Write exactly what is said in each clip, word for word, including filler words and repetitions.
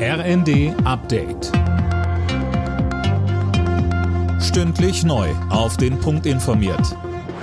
R N D Update. Stündlich neu auf den Punkt informiert.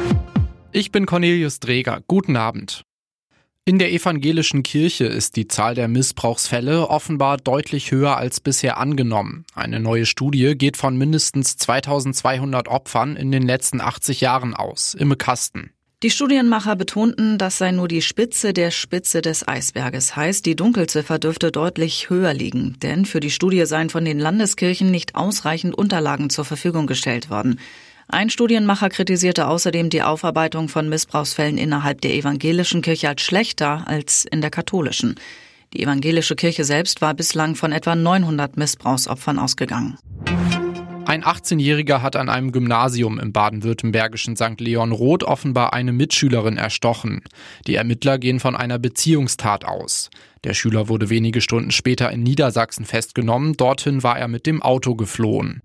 Ich bin Cornelius Dreger. Guten Abend. In der evangelischen Kirche ist die Zahl der Missbrauchsfälle offenbar deutlich höher als bisher angenommen. Eine neue Studie geht von mindestens zweitausendzweihundert Opfern in den letzten achtzig Jahren aus. Imme Kasten. Die Studienmacher betonten, das sei nur die Spitze der Spitze des Eisberges. Heißt, die Dunkelziffer dürfte deutlich höher liegen. Denn für die Studie seien von den Landeskirchen nicht ausreichend Unterlagen zur Verfügung gestellt worden. Ein Studienmacher kritisierte außerdem die Aufarbeitung von Missbrauchsfällen innerhalb der evangelischen Kirche als schlechter als in der katholischen. Die evangelische Kirche selbst war bislang von etwa neunhundert Missbrauchsopfern ausgegangen. Ein achtzehnjähriger hat an einem Gymnasium im baden-württembergischen Sankt Leon Roth offenbar eine Mitschülerin erstochen. Die Ermittler gehen von einer Beziehungstat aus. Der Schüler wurde wenige Stunden später in Niedersachsen festgenommen. Dorthin war er mit dem Auto geflohen.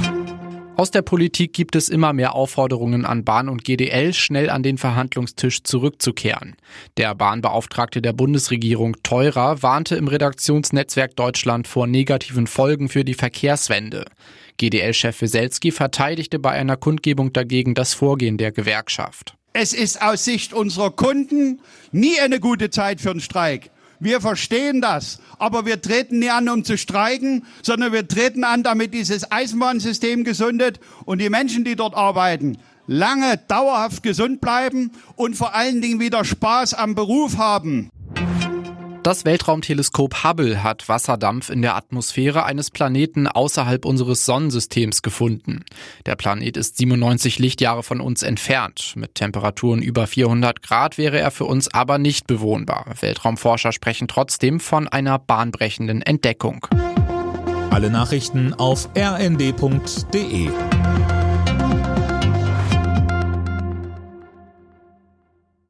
Aus der Politik gibt es immer mehr Aufforderungen an Bahn und G D L, schnell an den Verhandlungstisch zurückzukehren. Der Bahnbeauftragte der Bundesregierung Theurer warnte im Redaktionsnetzwerk Deutschland vor negativen Folgen für die Verkehrswende. G D L-Chef Weselski verteidigte bei einer Kundgebung dagegen das Vorgehen der Gewerkschaft. Es ist aus Sicht unserer Kunden nie eine gute Zeit für einen Streik. Wir verstehen das, aber wir treten nicht an, um zu streiken, sondern wir treten an, damit dieses Eisenbahnsystem gesundet und die Menschen, die dort arbeiten, lange dauerhaft gesund bleiben und vor allen Dingen wieder Spaß am Beruf haben. Das Weltraumteleskop Hubble hat Wasserdampf in der Atmosphäre eines Planeten außerhalb unseres Sonnensystems gefunden. Der Planet ist siebenundneunzig Lichtjahre von uns entfernt. Mit Temperaturen über vierhundert Grad wäre er für uns aber nicht bewohnbar. Weltraumforscher sprechen trotzdem von einer bahnbrechenden Entdeckung. Alle Nachrichten auf r n d punkt d e.